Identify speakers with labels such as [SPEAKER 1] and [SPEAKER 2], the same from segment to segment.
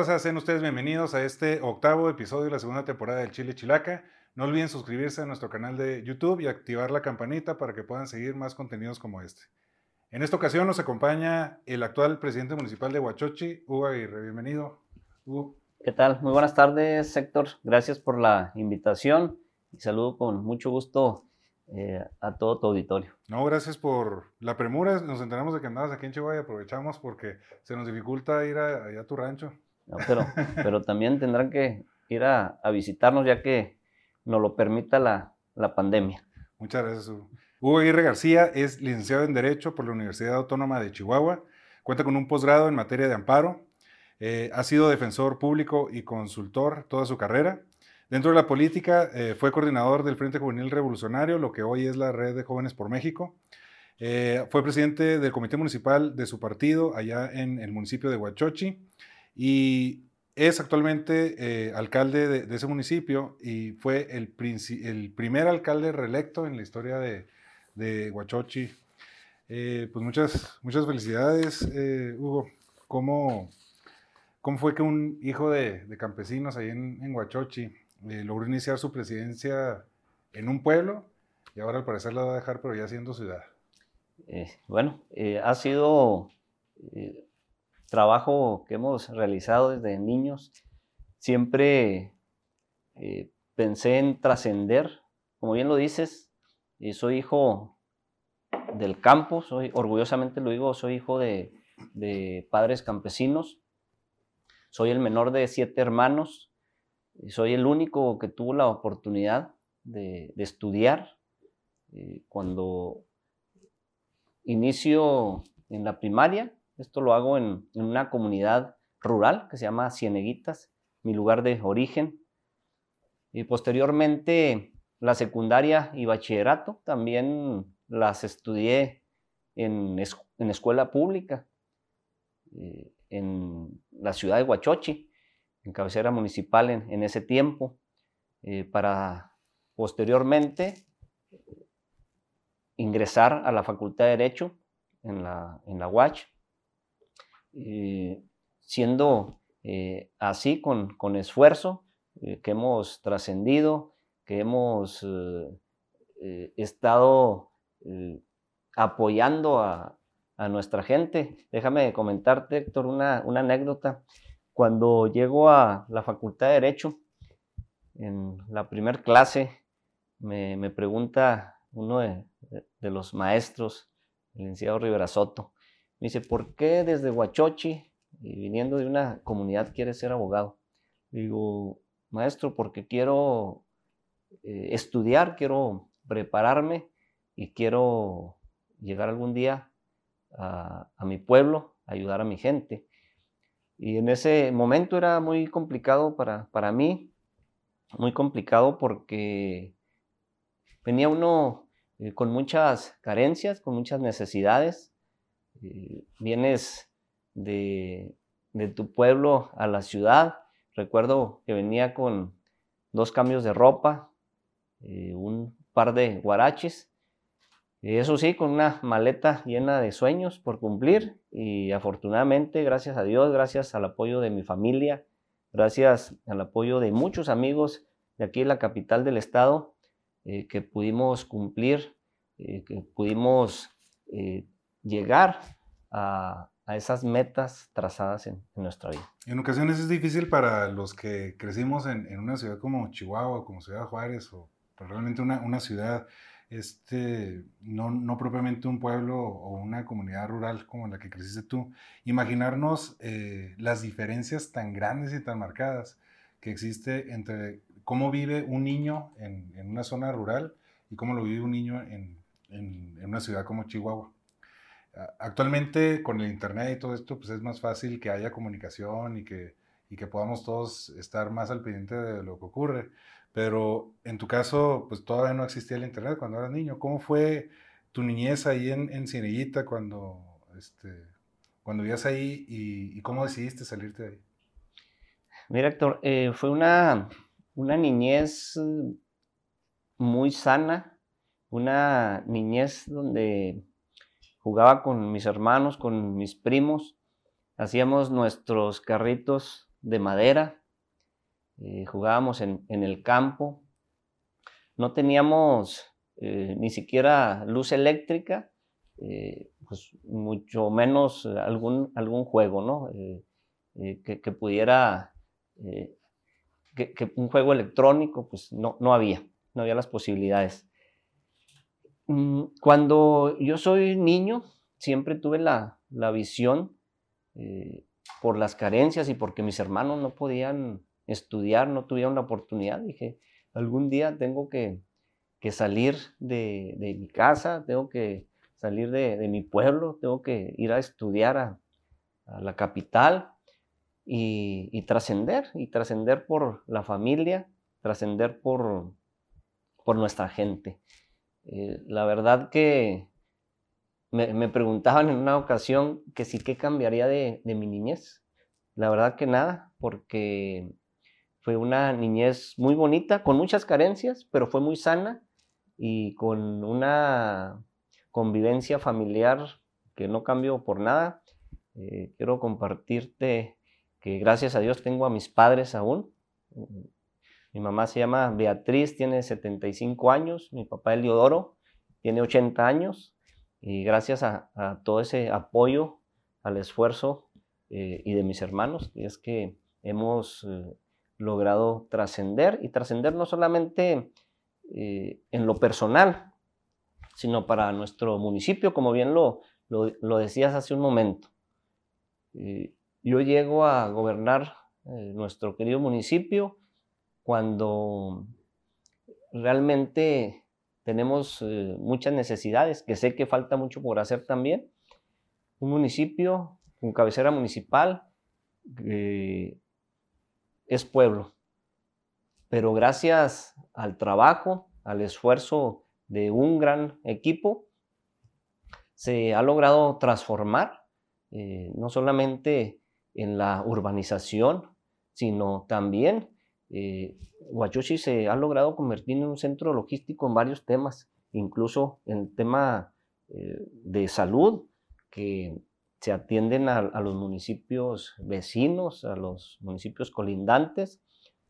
[SPEAKER 1] raza? Sean ustedes bienvenidos a este octavo episodio de la segunda temporada del Chile Chilaca. No olviden suscribirse a nuestro canal de YouTube y activar la campanita para que puedan seguir más contenidos como este. En esta ocasión nos acompaña el actual presidente municipal de Huachochi, Hugo Aguirre. Bienvenido, Hugo.
[SPEAKER 2] ¿Qué tal? Muy buenas tardes, Héctor. Gracias por la invitación y saludo con mucho gusto a todo tu auditorio.
[SPEAKER 1] No, gracias por la premura. Nos enteramos de que andabas aquí en Chihuahua y aprovechamos porque se nos dificulta ir allá a tu rancho.
[SPEAKER 2] No, pero también tendrán que ir a visitarnos ya que nos lo permita la pandemia.
[SPEAKER 1] Muchas gracias, Hugo. Hugo Aguirre García es licenciado en Derecho por la Universidad Autónoma de Chihuahua. Cuenta con un posgrado en materia de amparo. Ha sido defensor público y consultor toda su carrera. Dentro de la política fue coordinador del Frente Juvenil Revolucionario, lo que hoy es la Red de Jóvenes por México. Fue presidente del comité municipal de su partido allá en el municipio de Huachochi y es actualmente alcalde de ese municipio y fue el primer alcalde reelecto en la historia de Huachochi. Pues muchas felicidades, Hugo. ¿Cómo fue que un hijo de campesinos ahí en Huachochi logró iniciar su presidencia en un pueblo y ahora al parecer la va a dejar, pero ya siendo ciudad?
[SPEAKER 2] Ha sido trabajo que hemos realizado desde niños. Siempre pensé en trascender. Como bien lo dices, soy hijo del campo, orgullosamente lo digo, soy hijo de padres campesinos. Soy el menor de 7 hermanos. Soy el único que tuvo la oportunidad de estudiar. Cuando inicio en la primaria, esto lo hago en una comunidad rural que se llama Cieneguitas, mi lugar de origen. Y posteriormente la secundaria y bachillerato también las estudié en escuela pública, en la ciudad de Huachochi, en cabecera municipal en ese tiempo, para posteriormente ingresar a la Facultad de Derecho en la UACH, siendo así con esfuerzo que hemos trascendido, que hemos estado apoyando a nuestra gente. Déjame comentarte, Héctor, una anécdota. Cuando llego a la Facultad de Derecho, en la primera clase, me pregunta uno de los maestros, el licenciado Rivera Soto, me dice, ¿por qué desde Huachochi, y viniendo de una comunidad, quieres ser abogado? Digo, maestro, porque quiero estudiar, quiero prepararme y quiero llegar algún día a mi pueblo, ayudar a mi gente. Y en ese momento era muy complicado para mí, muy complicado porque venía uno con muchas carencias, con muchas necesidades. Vienes de tu pueblo a la ciudad. Recuerdo que venía con 2 cambios de ropa, un par de huaraches. Eso sí, con una maleta llena de sueños por cumplir y afortunadamente, gracias a Dios, gracias al apoyo de mi familia, gracias al apoyo de muchos amigos de aquí en la capital del estado, que pudimos cumplir, que pudimos llegar a esas metas trazadas en nuestra vida.
[SPEAKER 1] En ocasiones es difícil para los que crecimos en una ciudad como Chihuahua, como Ciudad Juárez, o realmente una ciudad, no propiamente un pueblo o una comunidad rural como la que creciste tú, imaginarnos las diferencias tan grandes y tan marcadas que existe entre cómo vive un niño en una zona rural y cómo lo vive un niño en una ciudad como Chihuahua. Actualmente con el internet y todo esto, pues es más fácil que haya comunicación y que podamos todos estar más al pendiente de lo que ocurre. Pero en tu caso, pues todavía no existía el internet cuando eras niño. ¿Cómo fue tu niñez ahí en Cieneguita cuando vivías ahí y cómo decidiste salirte de ahí?
[SPEAKER 2] Mira, Héctor, fue una niñez muy sana, una niñez donde jugaba con mis hermanos, con mis primos, hacíamos nuestros carritos de madera, jugábamos en el campo, no teníamos ni siquiera luz eléctrica, pues mucho menos algún juego, ¿no? Que pudiera, que un juego electrónico, pues no había las posibilidades. Cuando yo soy niño, siempre tuve la visión, por las carencias y porque mis hermanos no podían estudiar, no tuvieron la oportunidad, dije, algún día tengo que salir de mi casa, tengo que salir de mi pueblo, tengo que ir a estudiar a la capital y trascender por la familia, trascender por nuestra gente. La verdad que me preguntaban en una ocasión que sí, ¿qué cambiaría de mi niñez? La verdad que nada, porque fue una niñez muy bonita, con muchas carencias, pero fue muy sana y con una convivencia familiar que no cambió por nada. Quiero compartirte que gracias a Dios tengo a mis padres aún. Mi mamá se llama Beatriz, tiene 75 años, mi papá Eliodoro tiene 80 años y gracias a todo ese apoyo, al esfuerzo y de mis hermanos, es que hemos logrado trascender y trascender no solamente en lo personal, sino para nuestro municipio, como bien lo decías hace un momento. Yo llego a gobernar nuestro querido municipio cuando realmente tenemos muchas necesidades, que sé que falta mucho por hacer también. Un municipio con cabecera municipal es pueblo, pero gracias al trabajo, al esfuerzo de un gran equipo, se ha logrado transformar, no solamente en la urbanización, sino también Huachochi se ha logrado convertir en un centro logístico en varios temas, incluso en el tema de salud, que se atienden a los municipios vecinos, a los municipios colindantes.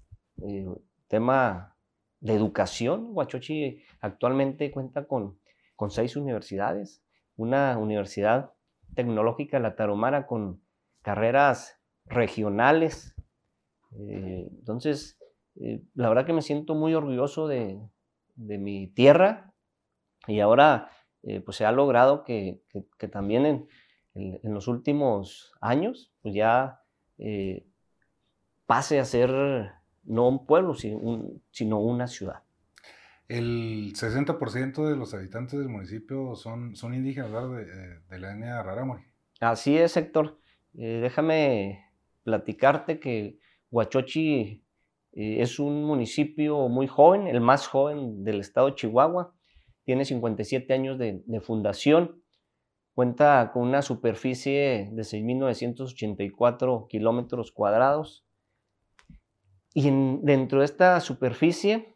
[SPEAKER 2] Tema de educación, Huachochi actualmente cuenta con 6 universidades, una universidad tecnológica, la Tarahumara, con carreras regionales. Entonces, la verdad que me siento muy orgulloso de mi tierra y ahora pues se ha logrado que también en los últimos años pues ya pase a ser no un pueblo, sino una ciudad.
[SPEAKER 1] El 60% de los habitantes del municipio son indígenas, ¿verdad? De la etnia rarámuri.
[SPEAKER 2] Así es, Héctor. Déjame platicarte que Huachochi es un municipio muy joven, el más joven del estado de Chihuahua. Tiene 57 años de fundación. Cuenta con una superficie de 6.984 kilómetros cuadrados. Y dentro de esta superficie,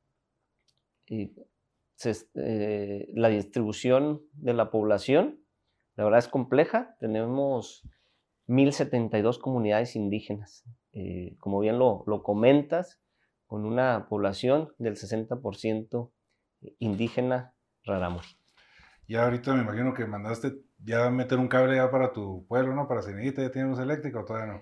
[SPEAKER 2] la distribución de la población, la verdad es compleja. Tenemos 1.072 comunidades indígenas, como bien lo comentas, con una población del 60% indígena rarámuri.
[SPEAKER 1] Ya ahorita me imagino que mandaste ya meter un cable ya para tu pueblo, ¿no? Para Cieneguita, ¿ya tiene luz eléctrica o todavía no?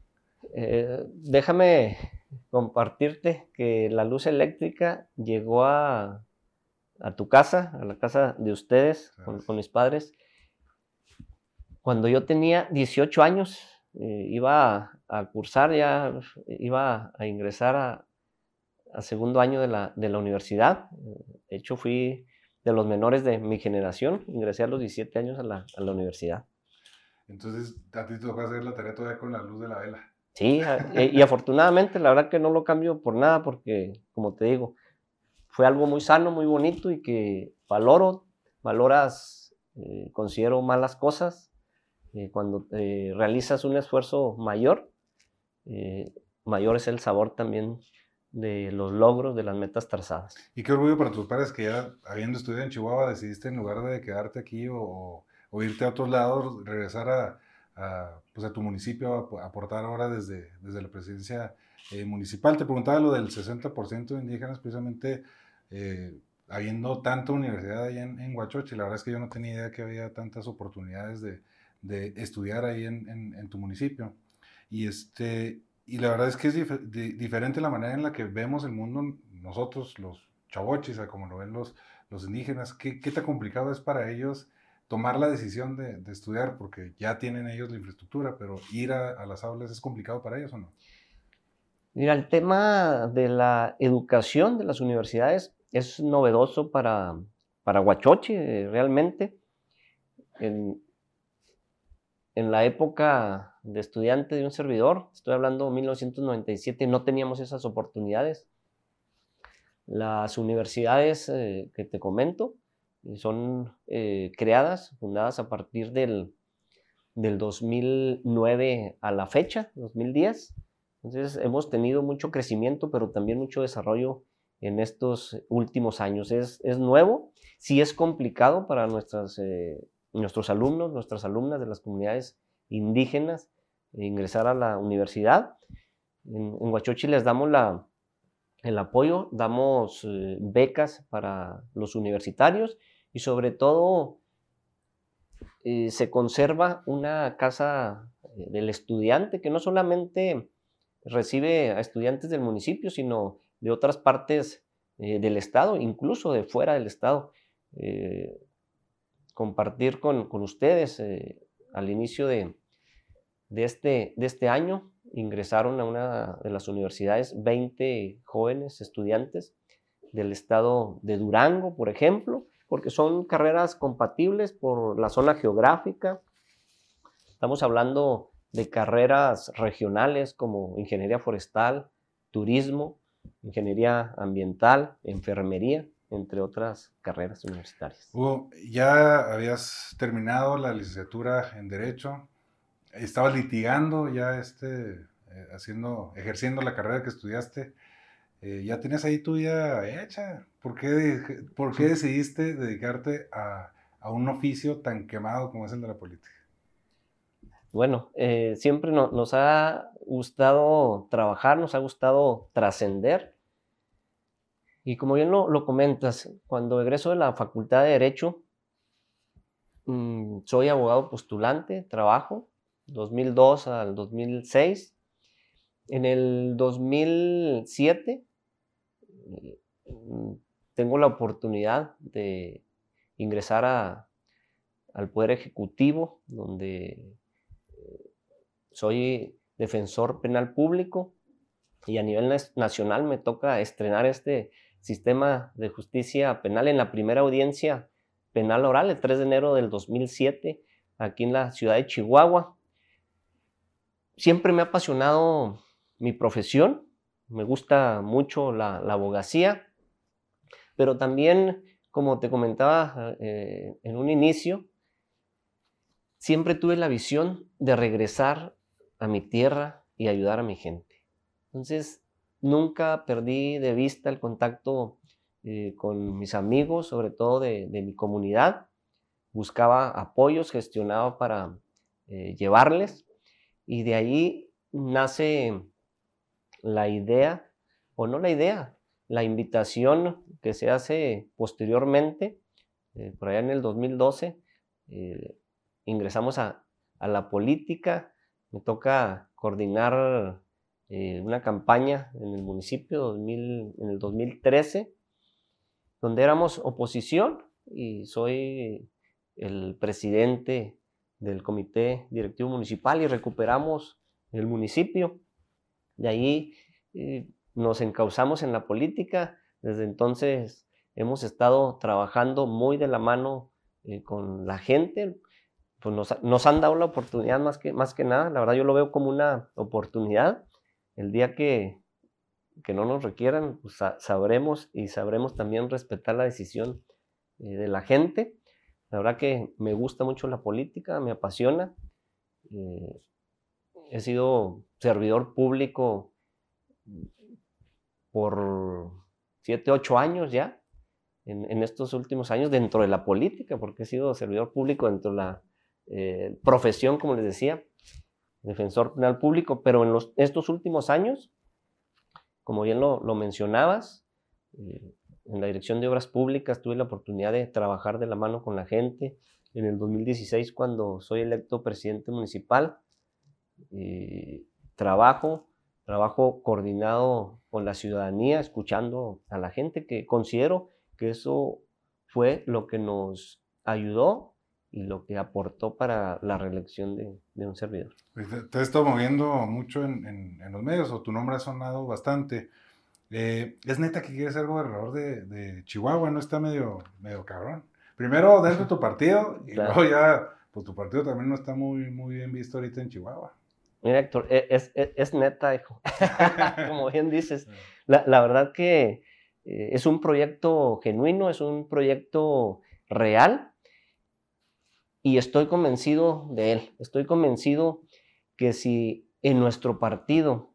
[SPEAKER 2] Déjame compartirte que la luz eléctrica llegó a tu casa, a la casa de ustedes, con mis padres, cuando yo tenía 18 años. Iba a cursar, ya iba a ingresar a segundo año de la universidad. De hecho, fui de los menores de mi generación, ingresé a los 17 años a la universidad.
[SPEAKER 1] Entonces, a ti te tocó hacer la tarea todavía con la luz de la vela.
[SPEAKER 2] Sí, y afortunadamente, la verdad que no lo cambio por nada, porque, como te digo, fue algo muy sano, muy bonito y que valoras, considero malas cosas. Cuando realizas un esfuerzo mayor, mayor es el sabor también de los logros, de las metas trazadas.
[SPEAKER 1] Y qué orgullo para tus padres que ya, habiendo estudiado en Chihuahua, decidiste en lugar de quedarte aquí o irte a otros lados, regresar pues a tu municipio a aportar ahora desde la presidencia municipal. Te preguntaba lo del 60% de indígenas, precisamente habiendo tanta universidad ahí en Huachochi. La verdad es que yo no tenía idea que había tantas oportunidades de estudiar ahí en tu municipio. Y la verdad es que es diferente la manera en la que vemos el mundo nosotros, los chavochis, a como lo ven los indígenas. ¿Qué tan complicado es para ellos tomar la decisión de estudiar? Porque ya tienen ellos la infraestructura, pero ir a las aulas es complicado para ellos, ¿o no?
[SPEAKER 2] Mira, el tema de la educación de las universidades es novedoso para Huachochi, realmente. En, en la época de estudiante de un servidor, estoy hablando de 1997, no teníamos esas oportunidades. Las universidades que te comento son creadas, fundadas a partir del 2009 a la fecha, 2010. Entonces hemos tenido mucho crecimiento, pero también mucho desarrollo en estos últimos años. Es nuevo, sí es complicado para nuestros alumnos, nuestras alumnas de las comunidades indígenas ingresar a la universidad. En Huachochi les damos el apoyo, damos becas para los universitarios y sobre todo se conserva una casa del estudiante que no solamente recibe a estudiantes del municipio, sino de otras partes del estado, incluso de fuera del estado. Compartir con ustedes al inicio de este año ingresaron a una de las universidades 20 jóvenes estudiantes del estado de Durango, por ejemplo, porque son carreras compatibles por la zona geográfica. Estamos hablando de carreras regionales como ingeniería forestal, turismo, ingeniería ambiental, enfermería, entre otras carreras universitarias.
[SPEAKER 1] Hugo, ya habías terminado la licenciatura en Derecho, estabas litigando ya ejerciendo la carrera que estudiaste. Ya tenías ahí tu vida hecha. ¿Por qué decidiste dedicarte a un oficio tan quemado como es el de la política?
[SPEAKER 2] Bueno, siempre nos ha gustado trabajar, nos ha gustado trascender. Y como bien lo comentas, cuando egreso de la Facultad de Derecho, soy abogado postulante, trabajo, 2002 al 2006. En el 2007 tengo la oportunidad de ingresar al Poder Ejecutivo, donde soy defensor penal público y a nivel nacional me toca estrenar este sistema de justicia penal en la primera audiencia penal oral, el 3 de enero del 2007, aquí en la ciudad de Chihuahua. Siempre me ha apasionado mi profesión, me gusta mucho la abogacía, pero también, como te comentaba en un inicio, siempre tuve la visión de regresar a mi tierra y ayudar a mi gente. Entonces, nunca perdí de vista el contacto con mis amigos, sobre todo de mi comunidad. Buscaba apoyos, gestionaba para llevarles, y de ahí nace la idea, o no la idea, la invitación que se hace posteriormente, por allá en el 2012, ingresamos a la política. Me toca coordinar una campaña en el municipio en el 2013, donde éramos oposición y soy el presidente del comité directivo municipal y recuperamos el municipio. De ahí nos encauzamos en la política. Desde entonces hemos estado trabajando muy de la mano con la gente. Pues nos han dado la oportunidad más que nada. La verdad yo lo veo como una oportunidad. El día que no nos requieran, pues sabremos también respetar la decisión de la gente. La verdad que me gusta mucho la política, me apasiona. He sido servidor público por 7, 8 años ya, en estos últimos años dentro de la política, porque he sido servidor público dentro de la profesión, como les decía, defensor penal público, pero en estos últimos años, como bien lo mencionabas, en la Dirección de Obras Públicas tuve la oportunidad de trabajar de la mano con la gente. En el 2016, cuando soy electo presidente municipal, trabajo coordinado con la ciudadanía, escuchando a la gente, que considero que eso fue lo que nos ayudó y lo que aportó para la reelección de un servidor.
[SPEAKER 1] Te has estado moviendo mucho en los medios, o tu nombre ha sonado bastante. ¿Es neta que quieres ser gobernador de Chihuahua? ¿No está medio cabrón? Primero dentro de tu partido y
[SPEAKER 2] Claro.
[SPEAKER 1] luego ya, pues tu partido también no está muy bien visto ahorita en Chihuahua.
[SPEAKER 2] Mira, Héctor, es neta, hijo. Como bien dices. La verdad que es un proyecto genuino, es un proyecto real y estoy convencido de él. Estoy convencido que si en nuestro partido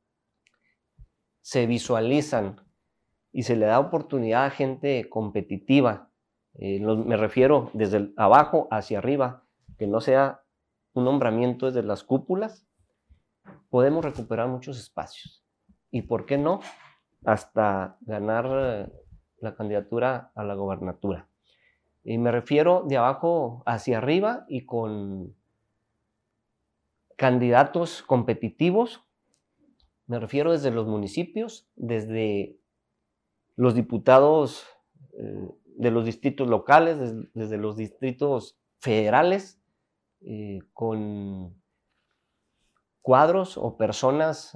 [SPEAKER 2] se visualizan y se le da oportunidad a gente competitiva, me refiero desde abajo hacia arriba, que no sea un nombramiento desde las cúpulas, podemos recuperar muchos espacios. ¿Y por qué no? Hasta ganar la candidatura a la gobernatura. Y me refiero de abajo hacia arriba y con candidatos competitivos. Me refiero desde los municipios, desde los diputados de los distritos locales, desde los distritos federales, con cuadros o personas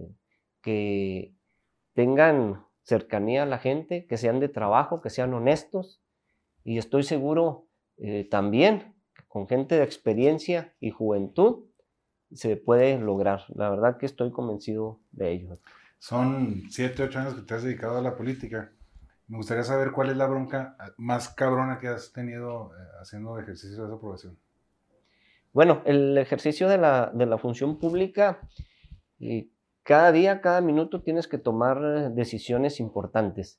[SPEAKER 2] que tengan cercanía a la gente, que sean de trabajo, que sean honestos, y estoy seguro también con gente de experiencia y juventud se puede lograr. La verdad que estoy convencido de ello.
[SPEAKER 1] Son 7, 8 años que te has dedicado a la política. Me gustaría saber cuál es la bronca más cabrona que has tenido haciendo ejercicio de esa profesión.
[SPEAKER 2] Bueno, el ejercicio de la función pública, cada día, cada minuto tienes que tomar decisiones importantes,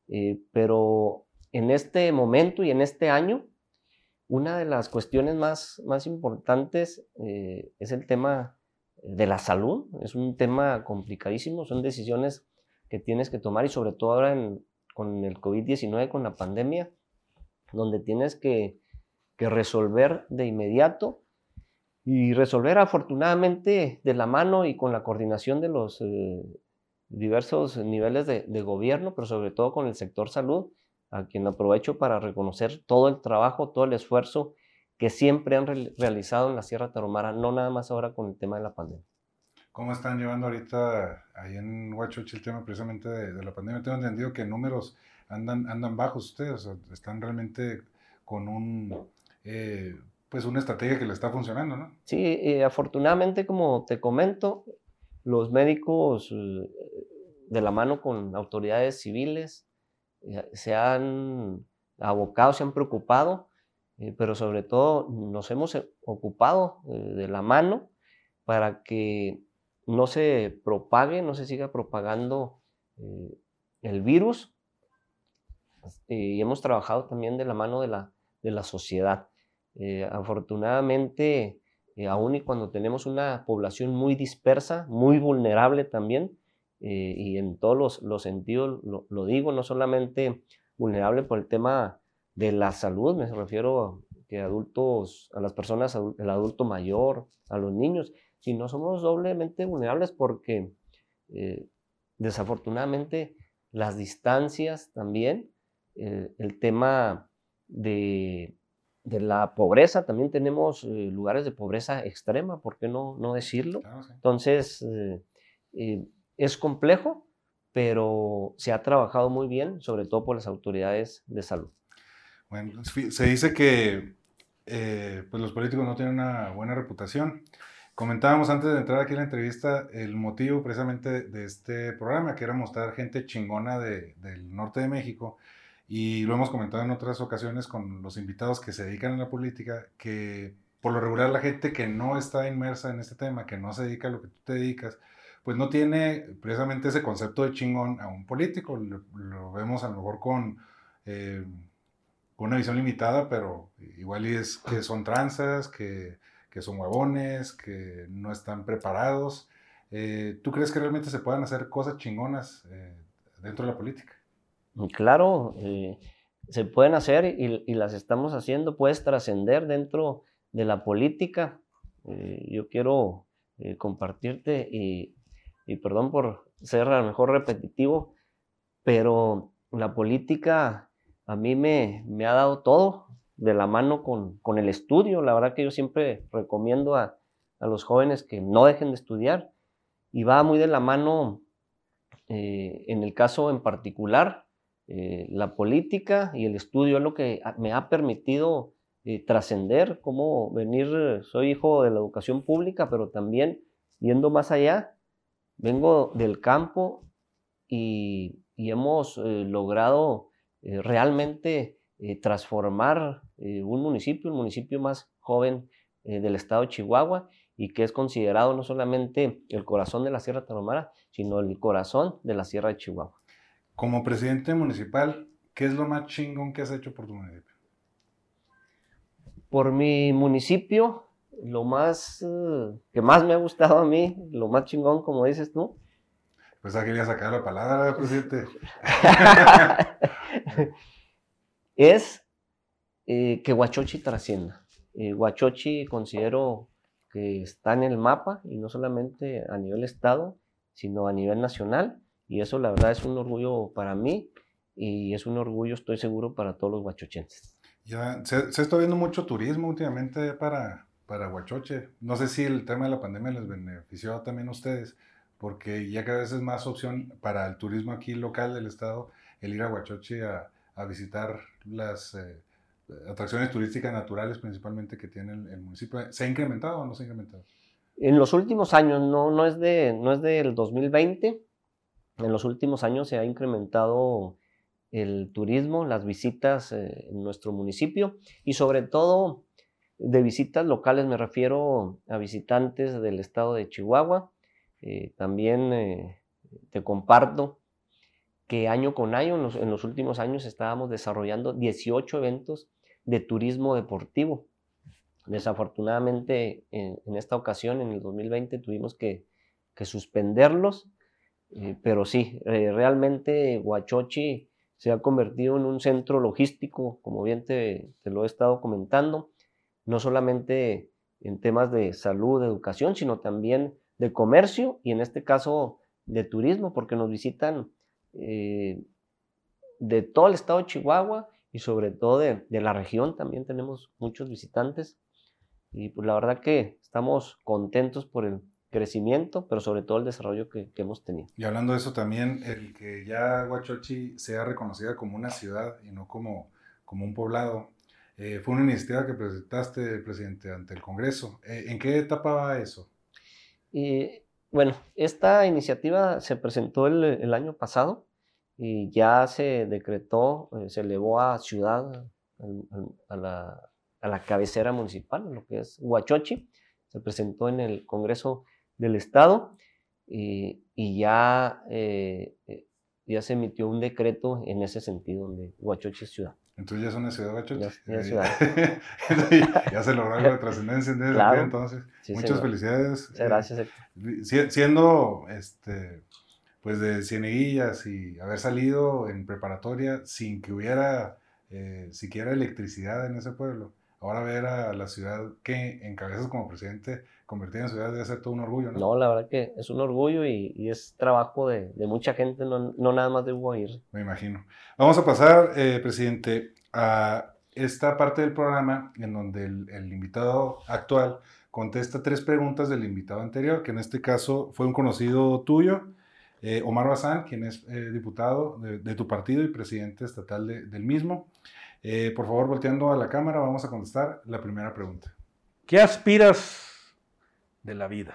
[SPEAKER 2] pero en este momento y en este año, una de las cuestiones más importantes es el tema de la salud. Es un tema complicadísimo, son decisiones que tienes que tomar y sobre todo ahora con el COVID-19, con la pandemia, donde tienes que resolver de inmediato y resolver afortunadamente de la mano y con la coordinación de los diversos niveles de gobierno, pero sobre todo con el sector salud, a quien aprovecho para reconocer todo el trabajo, todo el esfuerzo que siempre han realizado en la Sierra Tarahumara, no nada más ahora con el tema de la pandemia.
[SPEAKER 1] ¿Cómo están llevando ahorita ahí en Huachochi el tema precisamente de la pandemia? Tengo entendido que números andan bajos ustedes, o sea, están realmente con pues una estrategia que le está funcionando, ¿no?
[SPEAKER 2] Sí, afortunadamente, como te comento, los médicos de la mano con autoridades civiles se han abocado, se han preocupado, pero sobre todo nos hemos ocupado de la mano para que no se propague, no se siga propagando el virus, y hemos trabajado también de la mano de la sociedad. Afortunadamente, aún y cuando tenemos una población muy dispersa, muy vulnerable también, y en todos los sentidos lo digo, no solamente vulnerable por el tema de la salud, me refiero a que adultos, a las personas, el adulto mayor, a los niños, sino somos doblemente vulnerables porque desafortunadamente las distancias también, el tema de la pobreza, también tenemos lugares de pobreza extrema, ¿por qué no decirlo?
[SPEAKER 1] Claro, sí.
[SPEAKER 2] Entonces, es complejo, pero se ha trabajado muy bien, sobre todo por las autoridades de salud.
[SPEAKER 1] Bueno, se dice que pues los políticos no tienen una buena reputación. Comentábamos antes de entrar aquí en la entrevista el motivo precisamente de este programa, que era mostrar gente chingona del norte de México, y lo hemos comentado en otras ocasiones con los invitados que se dedican a la política, que por lo regular la gente que no está inmersa en este tema, que no se dedica a lo que tú te dedicas, pues no tiene precisamente ese concepto de chingón a un político. Lo vemos a lo mejor con con una visión limitada, pero igual y es que son tranzas, que son huevones, que no están preparados. ¿Tú crees que realmente se puedan hacer cosas chingonas dentro de la política?
[SPEAKER 2] Claro, se pueden hacer y las estamos haciendo, puedes trascender dentro de la política. Yo quiero compartirte y perdón por ser a lo mejor repetitivo, pero la política a mí me ha dado todo de la mano con el estudio. La verdad que yo siempre recomiendo a los jóvenes que no dejen de estudiar y va muy de la mano en el caso en particular. La política y el estudio es lo que me ha permitido trascender, cómo venir, soy hijo de la educación pública, pero también yendo más allá, vengo del campo y hemos logrado realmente transformar el municipio más joven del estado de Chihuahua y que es considerado no solamente el corazón de la Sierra Tarahumara, sino el corazón de la Sierra de Chihuahua.
[SPEAKER 1] Como presidente municipal, ¿qué es lo más chingón que has hecho por tu municipio?
[SPEAKER 2] Por mi municipio, lo más que más me ha gustado a mí, lo más chingón, como dices tú.
[SPEAKER 1] Pues ya quería sacar la palabra, presidente.
[SPEAKER 2] Es que Huachochi trascienda. Huachochi considero que está en el mapa y no solamente a nivel estado, sino a nivel nacional. Y eso la verdad es un orgullo para mí y es un orgullo, estoy seguro, para todos los huachochenses.
[SPEAKER 1] Ya se está viendo mucho turismo últimamente para Huachoche. No sé si el tema de la pandemia les benefició también a ustedes, porque ya cada vez es más opción para el turismo aquí local del estado el ir a Huachoche a visitar las atracciones turísticas naturales principalmente que tiene el municipio. ¿Se ha incrementado o no se ha incrementado?
[SPEAKER 2] En los últimos años, no es del 2020, en los últimos años se ha incrementado el turismo, las visitas en nuestro municipio y sobre todo de visitas locales, me refiero a visitantes del estado de Chihuahua. También te comparto que año con año, en los últimos años estábamos desarrollando 18 eventos de turismo deportivo. Desafortunadamente en esta ocasión, en el 2020, tuvimos que suspenderlos, pero sí, realmente Huachochi se ha convertido en un centro logístico, como bien te lo he estado comentando, no solamente en temas de salud, de educación, sino también de comercio y en este caso de turismo, porque nos visitan de todo el estado de Chihuahua y sobre todo de la región también tenemos muchos visitantes y pues la verdad que estamos contentos por el crecimiento, pero sobre todo el desarrollo que hemos tenido.
[SPEAKER 1] Y hablando de eso también, el que ya Huachochi sea reconocida como una ciudad y no como un poblado, fue una iniciativa que presentaste, presidente, ante el Congreso. ¿En qué etapa va eso?
[SPEAKER 2] Bueno, esta iniciativa se presentó el año pasado y ya se decretó, se elevó a ciudad, a la cabecera municipal, lo que es Huachochi. Se presentó en el Congreso del Estado y ya se emitió un decreto en ese sentido, donde Huachochi es ciudad.
[SPEAKER 1] Entonces ya es una ciudad Huachochi.
[SPEAKER 2] Ya es ciudad.
[SPEAKER 1] Ya se logró la trascendencia en ese
[SPEAKER 2] Claro.
[SPEAKER 1] sentido, entonces.
[SPEAKER 2] Sí,
[SPEAKER 1] muchas
[SPEAKER 2] señor.
[SPEAKER 1] felicidades.
[SPEAKER 2] Muchas gracias.
[SPEAKER 1] Siendo pues de Cieneguillas y haber salido en preparatoria sin que hubiera siquiera electricidad en ese pueblo. Ahora ver a la ciudad que encabezas como presidente convertida en ciudad debe ser todo un orgullo, ¿no?
[SPEAKER 2] No, la verdad que es un orgullo y es trabajo de mucha gente, no nada más de Hugo Aguirre.
[SPEAKER 1] Me imagino. Vamos a pasar, presidente, a esta parte del programa en donde el invitado actual contesta 3 preguntas del invitado anterior, que en este caso fue un conocido tuyo, Omar Bazán, quien es diputado de tu partido y presidente estatal del mismo. Por favor, volteando a la cámara, vamos a contestar la primera pregunta.
[SPEAKER 3] ¿Qué aspiras de la vida?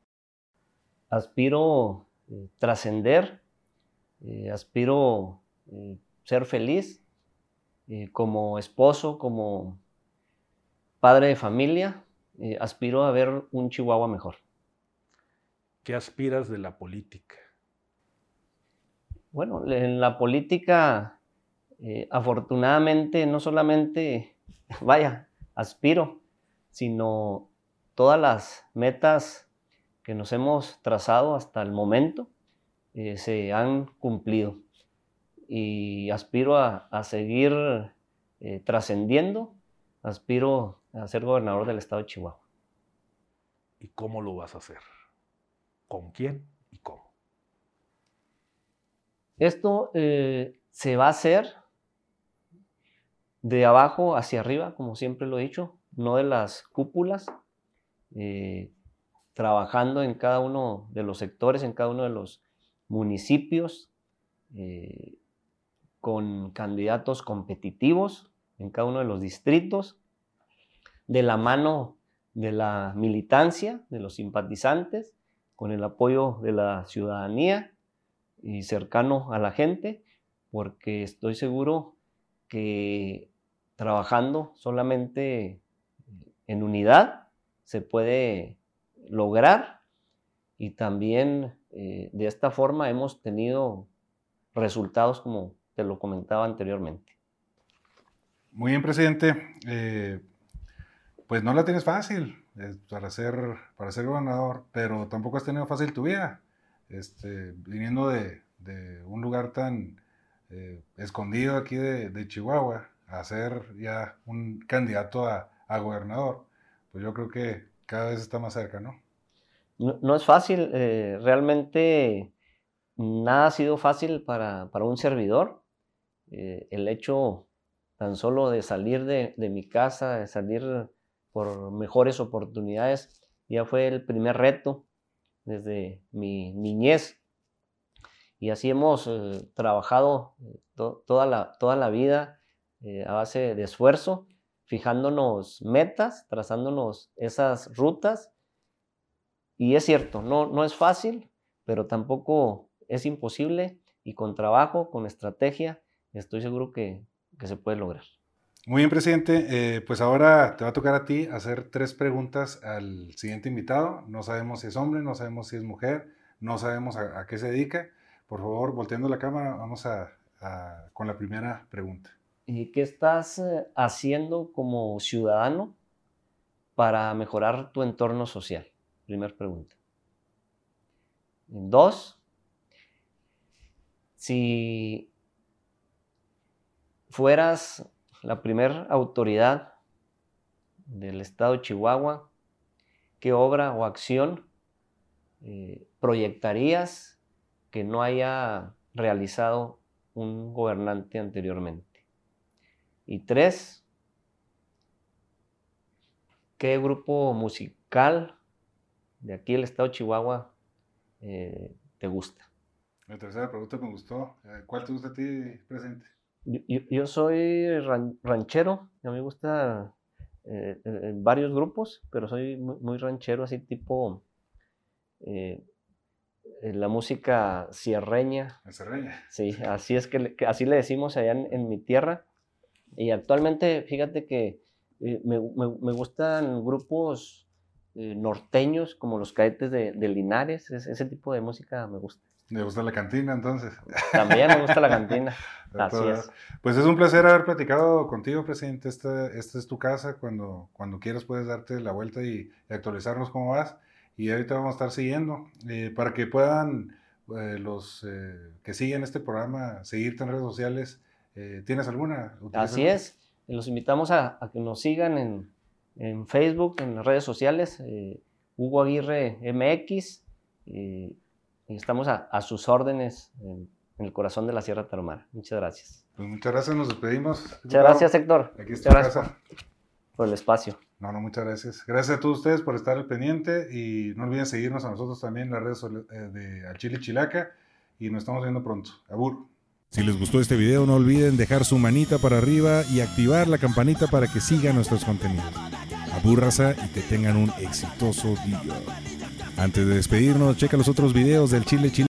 [SPEAKER 2] Aspiro trascender, aspiro ser feliz como esposo, como padre de familia, aspiro a ver un Chihuahua mejor.
[SPEAKER 3] ¿Qué aspiras de la política?
[SPEAKER 2] Bueno, en la política Afortunadamente, no solamente, aspiro, sino todas las metas que nos hemos trazado hasta el momento se han cumplido. Y aspiro a seguir trascendiendo, aspiro a ser gobernador del estado de Chihuahua.
[SPEAKER 3] ¿Y cómo lo vas a hacer? ¿Con quién y cómo?
[SPEAKER 2] Esto se va a hacer de abajo hacia arriba, como siempre lo he dicho, no de las cúpulas, trabajando en cada uno de los sectores, en cada uno de los municipios, con candidatos competitivos en cada uno de los distritos, de la mano de la militancia, de los simpatizantes, con el apoyo de la ciudadanía y cercano a la gente, porque estoy seguro que trabajando solamente en unidad se puede lograr, y también de esta forma hemos tenido resultados como te lo comentaba anteriormente.
[SPEAKER 1] Muy bien, presidente. Pues no la tienes fácil para ser gobernador, pero tampoco has tenido fácil tu vida. Viniendo de un lugar tan escondido aquí de Chihuahua, a ser ya un candidato a gobernador, pues yo creo que cada vez está más cerca, ¿no?
[SPEAKER 2] No es fácil, realmente nada ha sido fácil para un servidor. El hecho tan solo de salir de mi casa, de salir por mejores oportunidades, ya fue el primer reto desde mi niñez. Y así hemos trabajado toda la vida a base de esfuerzo, fijándonos metas, trazándonos esas rutas. Y es cierto, no es fácil, pero tampoco es imposible, y con trabajo, con estrategia, estoy seguro que se puede lograr.
[SPEAKER 1] Muy bien, presidente. Pues ahora te va a tocar a ti hacer 3 preguntas al siguiente invitado. No sabemos si es hombre, no sabemos si es mujer, no sabemos a qué se dedica. Por favor, volteando la cámara, vamos con la primera pregunta.
[SPEAKER 2] ¿Y qué estás haciendo como ciudadano para mejorar tu entorno social? Primera pregunta. 2, si fueras la primera autoridad del estado de Chihuahua, ¿qué obra o acción proyectarías que no haya realizado un gobernante anteriormente? Y 3, ¿qué grupo musical de aquí del estado de Chihuahua te gusta?
[SPEAKER 1] La tercera pregunta me gustó. ¿Cuál te gusta a ti, presidente?
[SPEAKER 2] Yo soy ranchero, a mí me gusta varios grupos, pero soy muy ranchero, así tipo la música sierreña.
[SPEAKER 1] ¿La sierreña?
[SPEAKER 2] Sí, así es así le decimos allá en mi tierra. Y actualmente, fíjate que me gustan grupos norteños, como los Cadetes de Linares, ese tipo de música me gusta.
[SPEAKER 1] ¿Le gusta la cantina, entonces?
[SPEAKER 2] También me gusta la cantina. Así es.
[SPEAKER 1] Pues es un placer haber platicado contigo, presidente. Esta es tu casa. Cuando quieras puedes darte la vuelta y actualizarnos cómo vas. Y ahorita vamos a estar siguiendo. Para que puedan los que siguen este programa seguirte en redes sociales, ¿tienes alguna?
[SPEAKER 2] Así es. Los invitamos a que nos sigan en Facebook, en las redes sociales. Hugo Aguirre MX. Y estamos a sus órdenes en el corazón de la Sierra Tarahumara. Muchas gracias.
[SPEAKER 1] Pues muchas gracias, nos despedimos.
[SPEAKER 2] Muchas gracias, Héctor.
[SPEAKER 1] Aquí está
[SPEAKER 2] muchas gracias por el espacio.
[SPEAKER 1] No, muchas gracias. Gracias a todos ustedes por estar al pendiente, y no olviden seguirnos a nosotros también en las redes de Al Chile Chilaca, y nos estamos viendo pronto. Abur. Si les gustó este video, no olviden dejar su manita para arriba y activar la campanita para que sigan nuestros contenidos. Abur, raza, y que tengan un exitoso día. Antes de despedirnos, checa los otros videos del Chile Chilaca.